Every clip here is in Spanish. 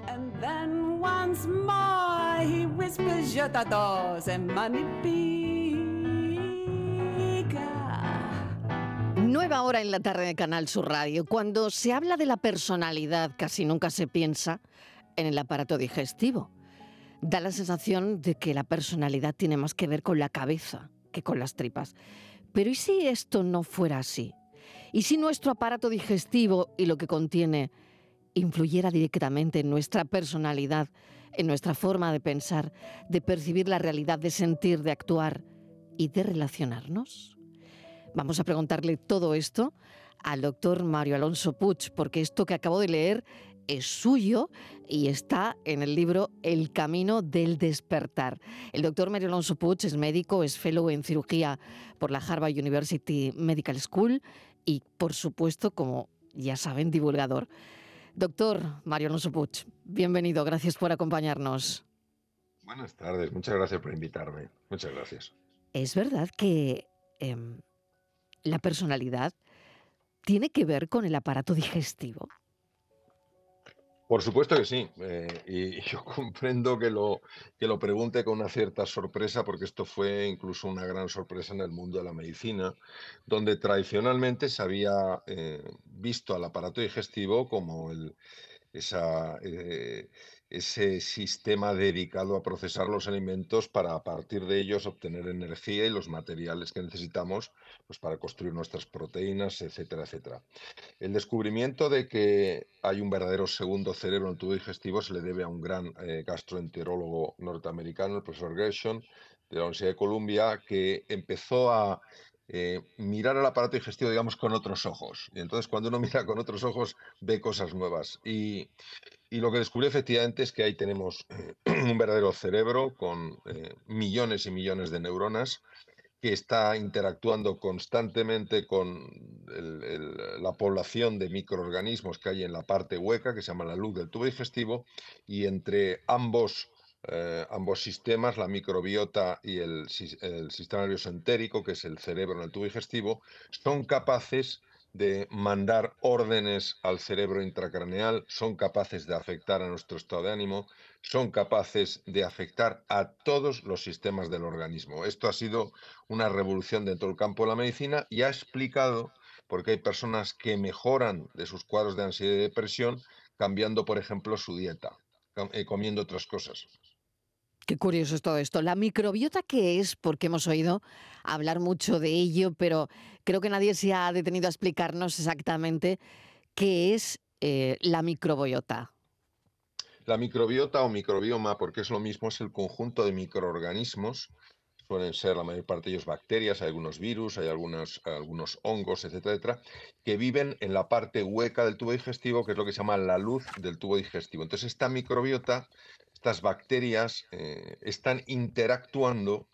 And then once more he whispers, je t'adore, c'est magnifique. Nueva hora en la tarde de Canal Sur Radio. Cuando se habla de la personalidad, casi nunca se piensa en el aparato digestivo. Da la sensación de que la personalidad tiene más que ver con la cabeza que con las tripas. Pero ¿y si esto no fuera así? ¿Y si nuestro aparato digestivo y lo que contiene influyera directamente en nuestra personalidad, en nuestra forma de pensar, de percibir la realidad, de sentir, de actuar y de relacionarnos? Vamos a preguntarle todo esto al doctor Mario Alonso Puig, porque esto que acabo de leer es suyo y está en el libro El camino del despertar. El doctor Mario Alonso Puig es médico, es fellow en cirugía por la Harvard University Medical School y, por supuesto, como ya saben, divulgador. Doctor Mario Alonso Puig, bienvenido, gracias por acompañarnos. Buenas tardes, muchas gracias por invitarme. Muchas gracias. ¿Es verdad que la personalidad tiene que ver con el aparato digestivo? Por supuesto que sí, y yo comprendo que lo pregunte con una cierta sorpresa, porque esto fue incluso una gran sorpresa en el mundo de la medicina, donde tradicionalmente se había visto al aparato digestivo como ese sistema dedicado a procesar los alimentos para a partir de ellos obtener energía y los materiales que necesitamos pues, para construir nuestras proteínas, etcétera, etcétera. El descubrimiento de que hay un verdadero segundo cerebro en el tubo digestivo se le debe a un gran gastroenterólogo norteamericano, el profesor Gershon, de la Universidad de Columbia, que empezó a mirar al aparato digestivo, digamos, con otros ojos. Y entonces, cuando uno mira con otros ojos, ve cosas nuevas. Y lo que descubrió efectivamente es que ahí tenemos un verdadero cerebro con millones y millones de neuronas que está interactuando constantemente con la población de microorganismos que hay en la parte hueca, que se llama la luz del tubo digestivo, y entre ambos sistemas, la microbiota y el sistema nervioso entérico, que es el cerebro en el tubo digestivo, son capaces de mandar órdenes al cerebro intracraneal, son capaces de afectar a nuestro estado de ánimo, son capaces de afectar a todos los sistemas del organismo. Esto ha sido una revolución dentro del campo de la medicina y ha explicado por qué hay personas que mejoran de sus cuadros de ansiedad y depresión cambiando, por ejemplo, su dieta, comiendo otras cosas. Qué curioso es todo esto. ¿La microbiota qué es? Porque hemos oído hablar mucho de ello, pero creo que nadie se ha detenido a explicarnos exactamente qué es la microbiota. La microbiota o microbioma, porque es lo mismo, es el conjunto de microorganismos. Suelen ser la mayor parte de ellos bacterias, hay algunos virus, hay algunos hongos, etcétera, etcétera, que viven en la parte hueca del tubo digestivo, que es lo que se llama la luz del tubo digestivo. Entonces, esta microbiota, estas bacterias, están interactuando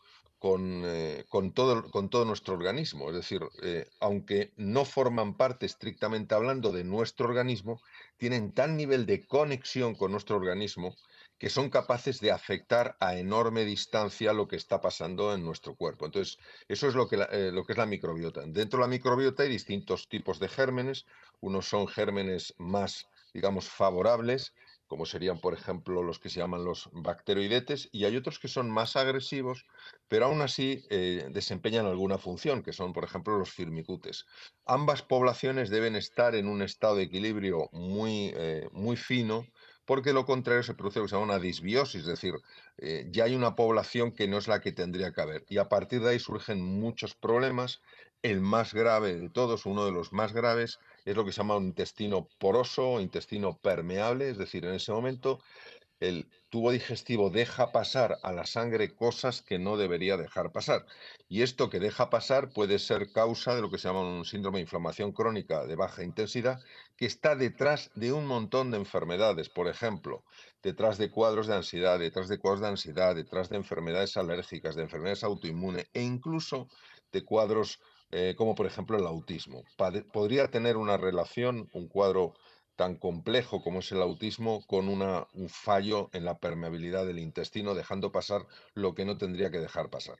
con todo nuestro organismo. Es decir, aunque no forman parte estrictamente hablando de nuestro organismo, tienen tal nivel de conexión con nuestro organismo que son capaces de afectar a enorme distancia lo que está pasando en nuestro cuerpo. Entonces, eso es lo que es la microbiota. Dentro de la microbiota hay distintos tipos de gérmenes. Unos son gérmenes más, digamos, favorables, como serían, por ejemplo, los que se llaman los bacteroidetes, y hay otros que son más agresivos, pero aún así desempeñan alguna función, que son, por ejemplo, los firmicutes. Ambas poblaciones deben estar en un estado de equilibrio muy fino, porque de lo contrario se produce lo que se llama una disbiosis, es decir, ya hay una población que no es la que tendría que haber. Y a partir de ahí surgen muchos problemas. El más grave de todos, uno de los más graves, es lo que se llama un intestino poroso o intestino permeable, es decir, en ese momento el tubo digestivo deja pasar a la sangre cosas que no debería dejar pasar. Y esto que deja pasar puede ser causa de lo que se llama un síndrome de inflamación crónica de baja intensidad, que está detrás de un montón de enfermedades. Por ejemplo, detrás de cuadros de ansiedad, detrás de enfermedades alérgicas, de enfermedades autoinmunes e incluso de cuadros como por ejemplo el autismo. Podría tener una relación, un cuadro tan complejo como es el autismo, con un fallo en la permeabilidad del intestino, dejando pasar lo que no tendría que dejar pasar.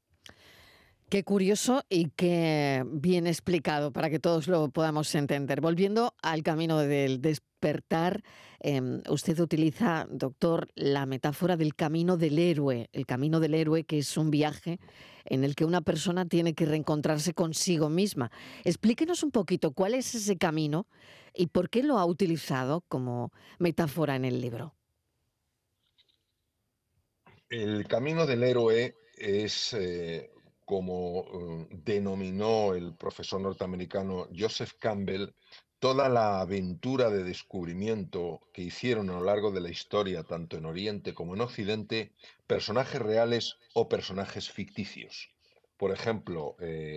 Qué curioso y qué bien explicado para que todos lo podamos entender. Volviendo al camino del despertar, usted utiliza, doctor, la metáfora del camino del héroe, el camino del héroe, que es un viaje en el que una persona tiene que reencontrarse consigo misma. Explíquenos un poquito cuál es ese camino y por qué lo ha utilizado como metáfora en el libro. El camino del héroe es, como denominó el profesor norteamericano Joseph Campbell, toda la aventura de descubrimiento que hicieron a lo largo de la historia, tanto en Oriente como en Occidente, personajes reales o personajes ficticios. Por ejemplo,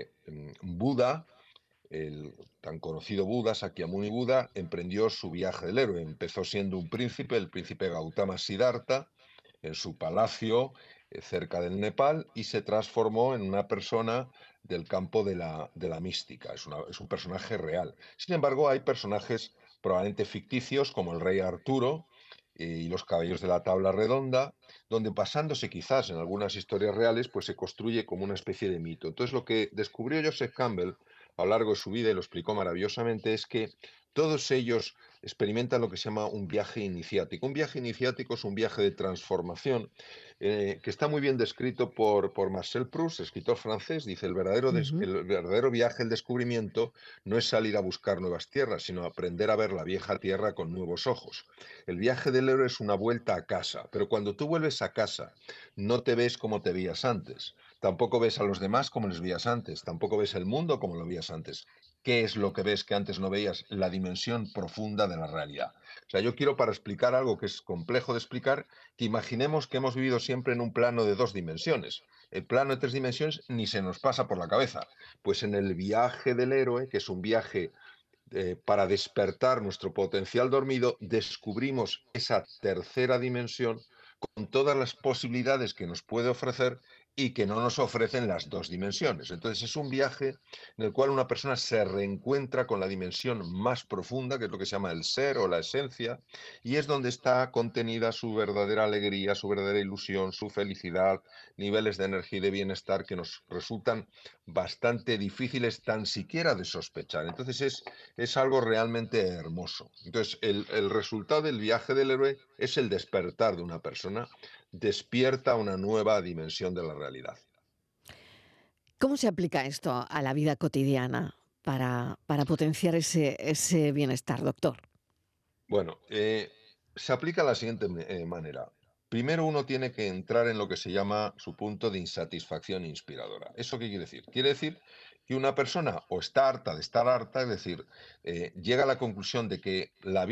Buda, el tan conocido Buda, Sakyamuni Buda, emprendió su viaje del héroe. Empezó siendo un príncipe, el príncipe Gautama Siddhartha, en su palacio cerca del Nepal, y se transformó en una persona del campo de la mística. Es un personaje real. Sin embargo, hay personajes probablemente ficticios como el rey Arturo y los caballos de la tabla redonda, donde basándose quizás en algunas historias reales, pues se construye como una especie de mito. Entonces, lo que descubrió Joseph Campbell a lo largo de su vida, y lo explicó maravillosamente, es que todos ellos experimentan lo que se llama un viaje iniciático. Un viaje iniciático es un viaje de transformación que está muy bien descrito por Marcel Proust, escritor francés. Dice, Ujú. el verdadero viaje, el descubrimiento, no es salir a buscar nuevas tierras, sino aprender a ver la vieja tierra con nuevos ojos. El viaje del héroe es una vuelta a casa, pero cuando tú vuelves a casa, no te ves como te veías antes. Tampoco ves a los demás como les veías antes, tampoco ves el mundo como lo veías antes. ¿Qué es lo que ves que antes no veías? La dimensión profunda de la realidad. O sea, yo quiero, para explicar algo que es complejo de explicar, que imaginemos que hemos vivido siempre en un plano de 2 dimensiones. El plano de 3 dimensiones ni se nos pasa por la cabeza. Pues en el viaje del héroe, que es un viaje para despertar nuestro potencial dormido, descubrimos esa tercera dimensión con todas las posibilidades que nos puede ofrecer y que no nos ofrecen las 2 dimensiones. Entonces es un viaje en el cual una persona se reencuentra con la dimensión más profunda, que es lo que se llama el ser o la esencia, y es donde está contenida su verdadera alegría, su verdadera ilusión, su felicidad, niveles de energía y de bienestar que nos resultan bastante difíciles tan siquiera de sospechar. Entonces es algo realmente hermoso. Entonces, el resultado del viaje del héroe es el despertar de una persona, despierta a una nueva dimensión de la realidad. ¿Cómo se aplica esto a la vida cotidiana para potenciar ese bienestar, doctor? Bueno, se aplica de la siguiente manera. Primero uno tiene que entrar en lo que se llama su punto de insatisfacción inspiradora. ¿Eso qué quiere decir? Quiere decir que una persona o está harta de estar harta, es decir, llega a la conclusión de que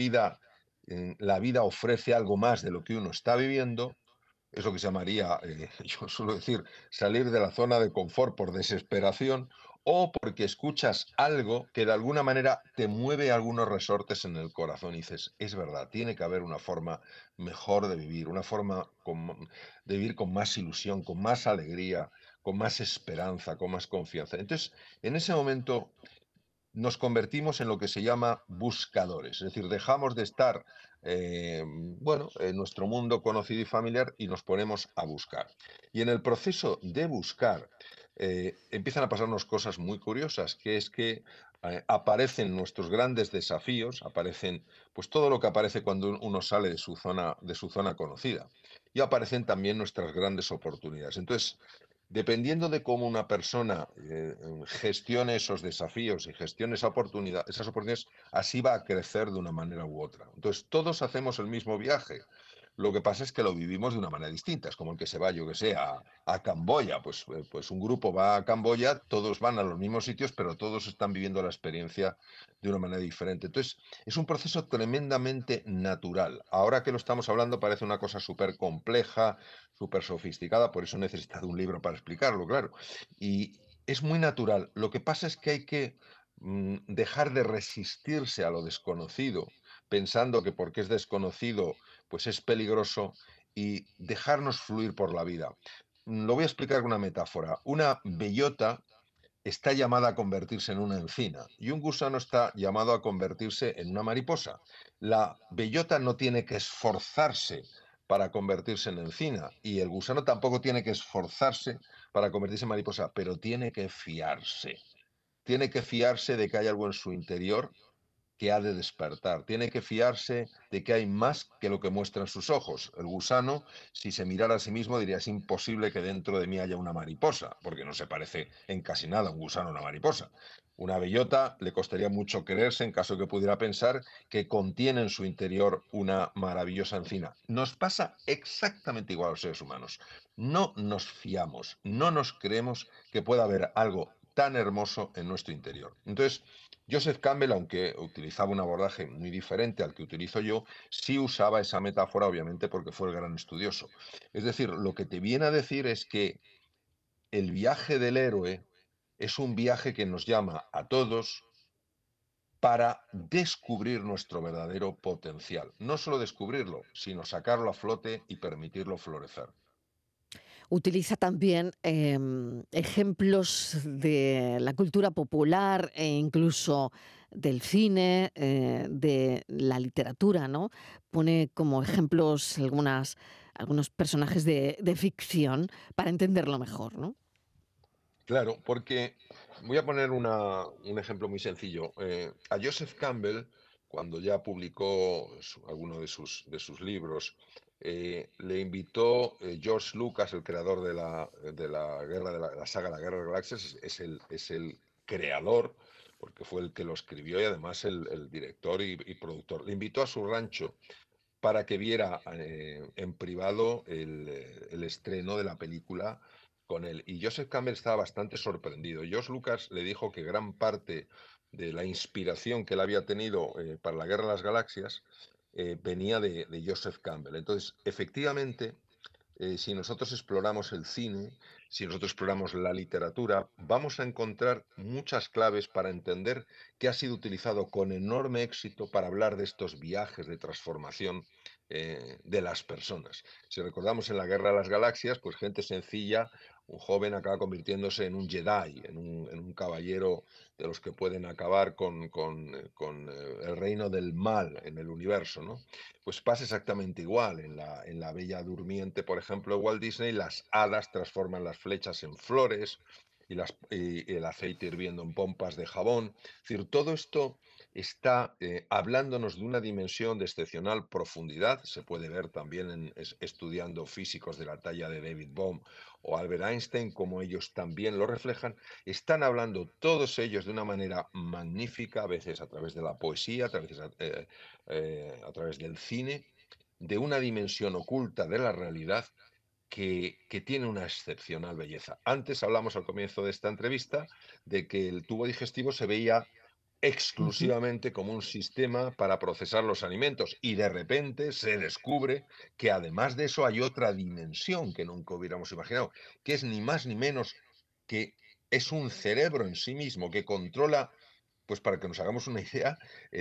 la vida ofrece algo más de lo que uno está viviendo. Es lo que se llamaría, yo suelo decir, salir de la zona de confort por desesperación, o porque escuchas algo que de alguna manera te mueve algunos resortes en el corazón y dices, es verdad, tiene que haber una forma mejor de vivir, una forma de vivir con más ilusión, con más alegría, con más esperanza, con más confianza. Entonces, en ese momento nos convertimos en lo que se llama buscadores, es decir, dejamos de estar bueno, en nuestro mundo conocido y familiar y nos ponemos a buscar. Y en el proceso de buscar empiezan a pasarnos cosas muy curiosas, que es que aparecen nuestros grandes desafíos, aparecen pues todo lo que aparece cuando uno sale de su zona conocida, y aparecen también nuestras grandes oportunidades. Entonces, dependiendo de cómo una persona gestione esos desafíos y gestione esas oportunidades, así va a crecer de una manera u otra. Entonces, todos hacemos el mismo viaje. Lo que pasa es que lo vivimos de una manera distinta. Es como el que se va, yo que sé, a Camboya. Pues un grupo va a Camboya, todos van a los mismos sitios, pero todos están viviendo la experiencia de una manera diferente. Entonces, es un proceso tremendamente natural. Ahora que lo estamos hablando parece una cosa súper compleja, súper sofisticada, por eso necesita de un libro para explicarlo, claro. Y es muy natural. Lo que pasa es que hay que dejar de resistirse a lo desconocido, pensando que porque es desconocido, pues es peligroso, y dejarnos fluir por la vida. Lo voy a explicar con una metáfora. Una bellota está llamada a convertirse en una encina y un gusano está llamado a convertirse en una mariposa. La bellota no tiene que esforzarse para convertirse en encina y el gusano tampoco tiene que esforzarse para convertirse en mariposa, pero tiene que fiarse. Tiene que fiarse de que hay algo en su interior que ha de despertar. Tiene que fiarse de que hay más que lo que muestran sus ojos. El gusano, si se mirara a sí mismo, diría: es imposible que dentro de mí haya una mariposa, porque no se parece en casi nada un gusano a una mariposa. Una bellota le costaría mucho creerse en caso de que pudiera pensar que contiene en su interior una maravillosa encina. Nos pasa exactamente igual a los seres humanos. No nos fiamos, no nos creemos que pueda haber algo tan hermoso en nuestro interior. Entonces, Joseph Campbell, aunque utilizaba un abordaje muy diferente al que utilizo yo, sí usaba esa metáfora, obviamente, porque fue el gran estudioso. Es decir, lo que te viene a decir es que el viaje del héroe es un viaje que nos llama a todos para descubrir nuestro verdadero potencial. No solo descubrirlo, sino sacarlo a flote y permitirlo florecer. Utiliza también ejemplos de la cultura popular e incluso del cine, de la literatura, ¿no? Pone como ejemplos algunos personajes de ficción para entenderlo mejor, ¿no? Claro, porque voy a poner un ejemplo muy sencillo. A Joseph Campbell, cuando ya publicó alguno de sus libros, le invitó George Lucas, el creador de la saga La Guerra de las Galaxias, es el creador, porque fue el que lo escribió y además el director y productor. Le invitó a su rancho para que viera en privado el estreno de la película con él. Y Joseph Campbell estaba bastante sorprendido. George Lucas le dijo que gran parte de la inspiración que él había tenido para la Guerra de las Galaxias venía de Joseph Campbell. Entonces, efectivamente, si nosotros exploramos el cine, si nosotros exploramos la literatura, vamos a encontrar muchas claves para entender qué ha sido utilizado con enorme éxito para hablar de estos viajes de transformación de las personas. Si recordamos en la Guerra de las Galaxias, pues gente sencilla, un joven acaba convirtiéndose en un Jedi, en un caballero de los que pueden acabar con el reino del mal en el universo, ¿no? Pues pasa exactamente igual. En la Bella Durmiente, por ejemplo, de Walt Disney, las hadas transforman las flechas en flores y el aceite hirviendo en pompas de jabón. Es decir, todo esto está hablándonos de una dimensión de excepcional profundidad. Se puede ver también estudiando físicos de la talla de David Bohm o Albert Einstein, como ellos también lo reflejan. Están hablando todos ellos de una manera magnífica, a veces a través de la poesía, a través del cine, de una dimensión oculta de la realidad que tiene una excepcional belleza. Antes hablamos al comienzo de esta entrevista de que el tubo digestivo se veía Ujú. exclusivamente como un sistema para procesar los alimentos y de repente se descubre que además de eso hay otra dimensión que nunca hubiéramos imaginado, que es ni más ni menos que es un cerebro en sí mismo que controla, pues para que nos hagamos una idea,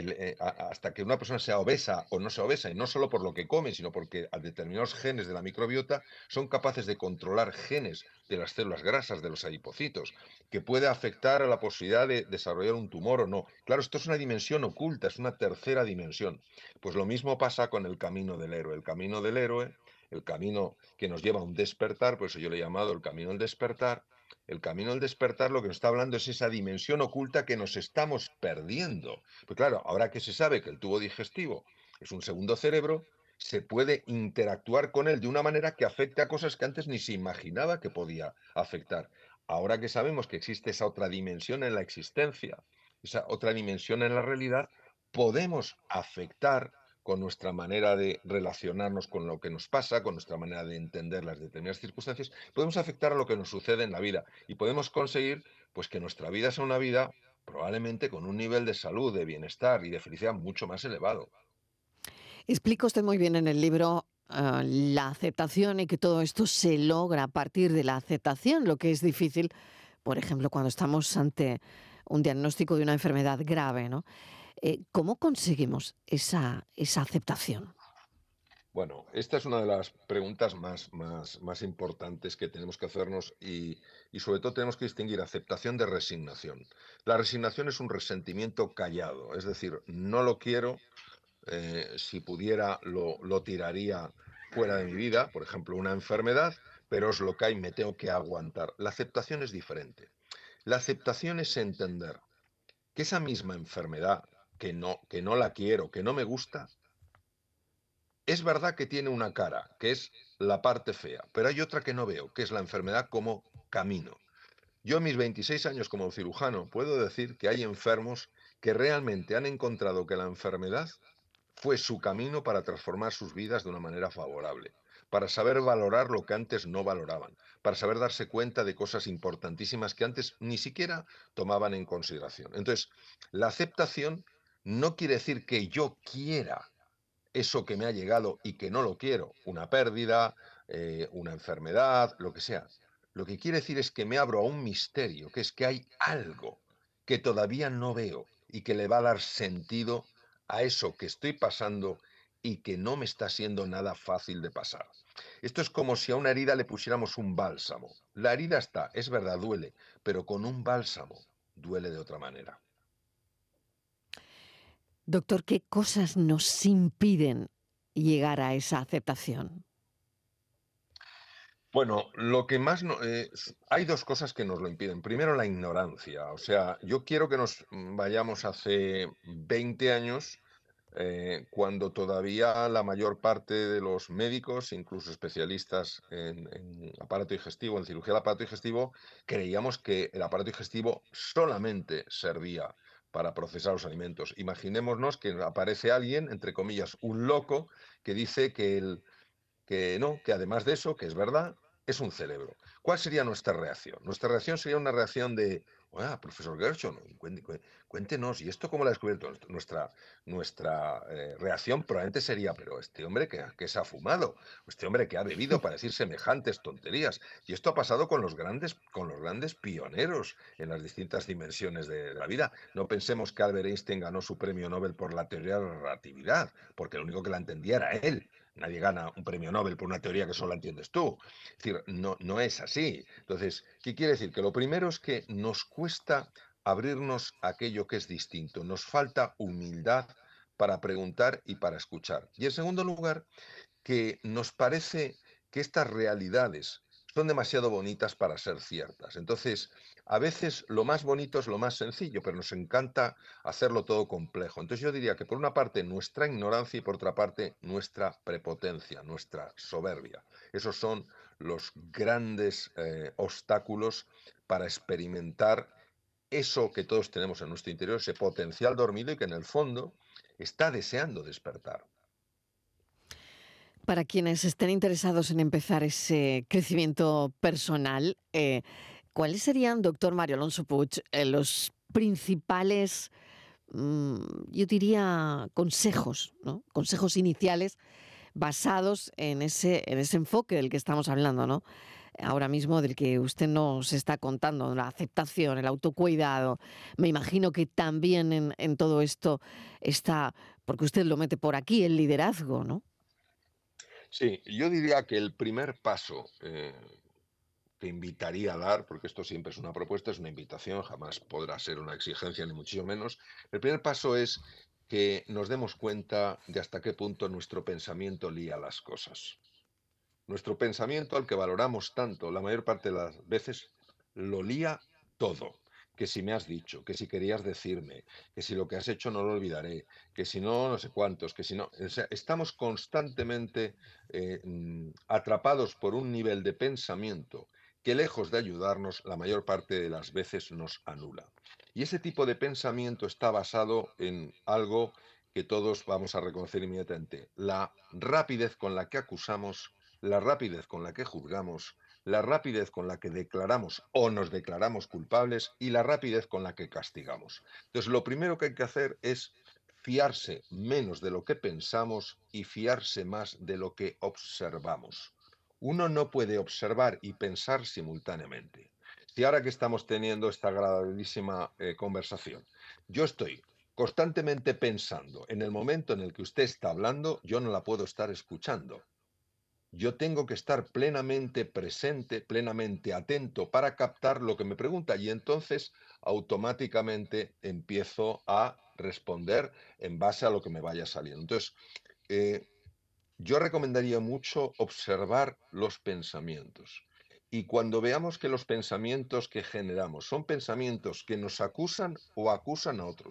hasta que una persona sea obesa o no sea obesa, y no solo por lo que come, sino porque a determinados genes de la microbiota son capaces de controlar genes de las células grasas, de los adipocitos, que puede afectar a la posibilidad de desarrollar un tumor o no. Claro, esto es una dimensión oculta, es una tercera dimensión. Pues lo mismo pasa con el camino del héroe. El camino del héroe, el camino que nos lleva a un despertar, por eso yo le he llamado el camino del despertar. El camino del despertar lo que nos está hablando es esa dimensión oculta que nos estamos perdiendo. Pues claro, ahora que se sabe que el tubo digestivo es un segundo cerebro, se puede interactuar con él de una manera que afecte a cosas que antes ni se imaginaba que podía afectar. Ahora que sabemos que existe esa otra dimensión en la existencia, esa otra dimensión en la realidad, podemos afectar con nuestra manera de relacionarnos con lo que nos pasa, con nuestra manera de entender las determinadas circunstancias, podemos afectar a lo que nos sucede en la vida y podemos conseguir pues que nuestra vida sea una vida probablemente con un nivel de salud, de bienestar y de felicidad mucho más elevado. Explica usted muy bien en el libro la aceptación y que todo esto se logra a partir de la aceptación, lo que es difícil, por ejemplo, cuando estamos ante un diagnóstico de una enfermedad grave, ¿no? ¿Cómo conseguimos esa aceptación? Bueno, esta es una de las preguntas más importantes que tenemos que hacernos y sobre todo tenemos que distinguir aceptación de resignación. La resignación es un resentimiento callado, es decir, no lo quiero, si pudiera lo tiraría fuera de mi vida, por ejemplo, una enfermedad, pero es lo que hay, me tengo que aguantar. La aceptación es diferente. La aceptación es entender que esa misma enfermedad que no la quiero, que no me gusta, es verdad que tiene una cara, que es la parte fea, pero hay otra que no veo, que es la enfermedad como camino. Yo en mis 26 años como cirujano puedo decir que hay enfermos que realmente han encontrado que la enfermedad fue su camino para transformar sus vidas de una manera favorable, para saber valorar lo que antes no valoraban, para saber darse cuenta de cosas importantísimas que antes ni siquiera tomaban en consideración. Entonces, la aceptación no quiere decir que yo quiera eso que me ha llegado y que no lo quiero, una pérdida, una enfermedad, lo que sea. Lo que quiere decir es que me abro a un misterio, que es que hay algo que todavía no veo y que le va a dar sentido a eso que estoy pasando y que no me está siendo nada fácil de pasar. Esto es como si a una herida le pusiéramos un bálsamo. La herida está, es verdad, duele, pero con un bálsamo duele de otra manera. Doctor, ¿qué cosas nos impiden llegar a esa aceptación? Bueno, lo que más hay dos cosas que nos lo impiden. Primero, la ignorancia. O sea, yo quiero que nos vayamos hace 20 años, cuando todavía la mayor parte de los médicos, incluso especialistas en aparato digestivo, en cirugía del aparato digestivo, creíamos que el aparato digestivo solamente servía para procesar los alimentos. Imaginémonos que aparece alguien, entre comillas, un loco, que dice que no, que además de eso, que es verdad, es un cerebro. ¿Cuál sería nuestra reacción? Nuestra reacción sería una reacción de, profesor Gershon, cuéntenos, ¿y esto cómo lo ha descubierto? Nuestra reacción probablemente sería, pero este hombre que se ha fumado, este hombre que ha bebido para decir semejantes tonterías. Y esto ha pasado con los grandes pioneros en las distintas dimensiones de la vida. No pensemos que Albert Einstein ganó su premio Nobel por la teoría de la relatividad, porque el único que la entendía era él. Nadie gana un premio Nobel por una teoría que solo entiendes tú. Es decir, no es así. Entonces, ¿qué quiere decir? Que lo primero es que nos cuesta abrirnos a aquello que es distinto. Nos falta humildad para preguntar y para escuchar. Y en segundo lugar, que nos parece que estas realidades son demasiado bonitas para ser ciertas. Entonces, a veces lo más bonito es lo más sencillo, pero nos encanta hacerlo todo complejo. Entonces yo diría que por una parte nuestra ignorancia y por otra parte nuestra prepotencia, nuestra soberbia. Esos son los grandes obstáculos para experimentar eso que todos tenemos en nuestro interior, ese potencial dormido y que en el fondo está deseando despertar. Para quienes estén interesados en empezar ese crecimiento personal, ¿cuáles serían, doctor Mario Alonso Puig, los principales, yo diría, consejos, ¿no? Consejos iniciales basados en ese enfoque del que estamos hablando, ¿no? Ahora mismo del que usted nos está contando, la aceptación, el autocuidado. Me imagino que también en todo esto está, porque usted lo mete por aquí, el liderazgo, ¿no? Sí, yo diría que el primer paso que invitaría a dar, porque esto siempre es una propuesta, es una invitación, jamás podrá ser una exigencia ni muchísimo menos. El primer paso es que nos demos cuenta de hasta qué punto nuestro pensamiento lía las cosas. Nuestro pensamiento, al que valoramos tanto, la mayor parte de las veces lo lía todo. Que si me has dicho, que si querías decirme, que si lo que has hecho no lo olvidaré, que si no, no sé cuántos, que si no. O sea, estamos constantemente atrapados por un nivel de pensamiento que, lejos de ayudarnos, la mayor parte de las veces nos anula. Y ese tipo de pensamiento está basado en algo que todos vamos a reconocer inmediatamente: la rapidez con la que acusamos, la rapidez con la que juzgamos, la rapidez con la que declaramos o nos declaramos culpables y la rapidez con la que castigamos. Entonces, lo primero que hay que hacer es fiarse menos de lo que pensamos y fiarse más de lo que observamos. Uno no puede observar y pensar simultáneamente. Si ahora que estamos teniendo esta agradabilísima conversación, yo estoy constantemente pensando en el momento en el que usted está hablando, yo no la puedo estar escuchando. Yo tengo que estar plenamente presente, plenamente atento para captar lo que me pregunta y entonces automáticamente empiezo a responder en base a lo que me vaya saliendo. Entonces, eh, yo recomendaría mucho observar los pensamientos. Y cuando veamos que los pensamientos que generamos son pensamientos que nos acusan o acusan a otros,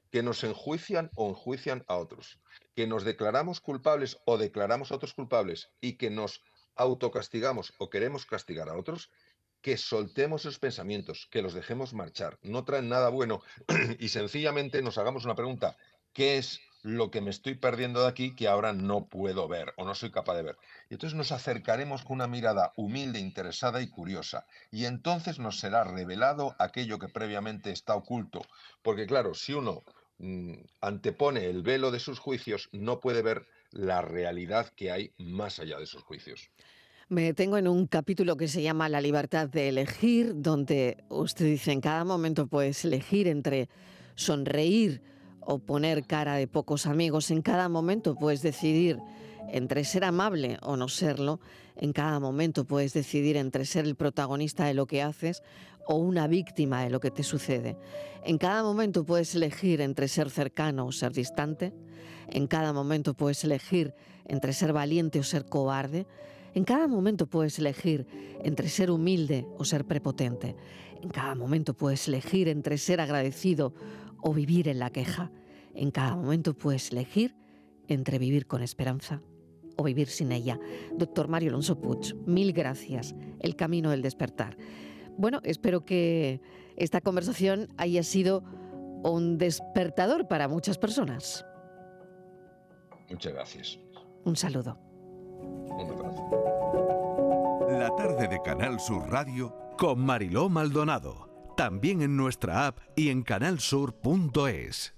que nos enjuician o enjuician a otros, que nos declaramos culpables o declaramos a otros culpables y que nos autocastigamos o queremos castigar a otros, que soltemos esos pensamientos, que los dejemos marchar. No traen nada bueno y sencillamente nos hagamos una pregunta: ¿qué es lo que me estoy perdiendo de aquí que ahora no puedo ver o no soy capaz de ver? Y entonces nos acercaremos con una mirada humilde, interesada y curiosa. Y entonces nos será revelado aquello que previamente está oculto. Porque claro, si uno antepone el velo de sus juicios, no puede ver la realidad que hay más allá de esos juicios. Me detengo en un capítulo que se llama La libertad de elegir, donde usted dice: en cada momento puedes elegir entre sonreír o poner cara de pocos amigos, en cada momento puedes decidir entre ser amable o no serlo, en cada momento puedes decidir entre ser el protagonista de lo que haces o una víctima de lo que te sucede. En cada momento puedes elegir entre ser cercano o ser distante, en cada momento puedes elegir entre ser valiente o ser cobarde. En cada momento puedes elegir entre ser humilde o ser prepotente. En cada momento puedes elegir entre ser agradecido o vivir en la queja. En cada momento puedes elegir entre vivir con esperanza o vivir sin ella. Doctor Mario Alonso Puig, mil gracias. El camino del despertar. Bueno, espero que esta conversación haya sido un despertador para muchas personas. Muchas gracias. Un saludo. Un abrazo. La tarde de Canal Sur Radio con Mariló Maldonado. También en nuestra app y en canalsur.es.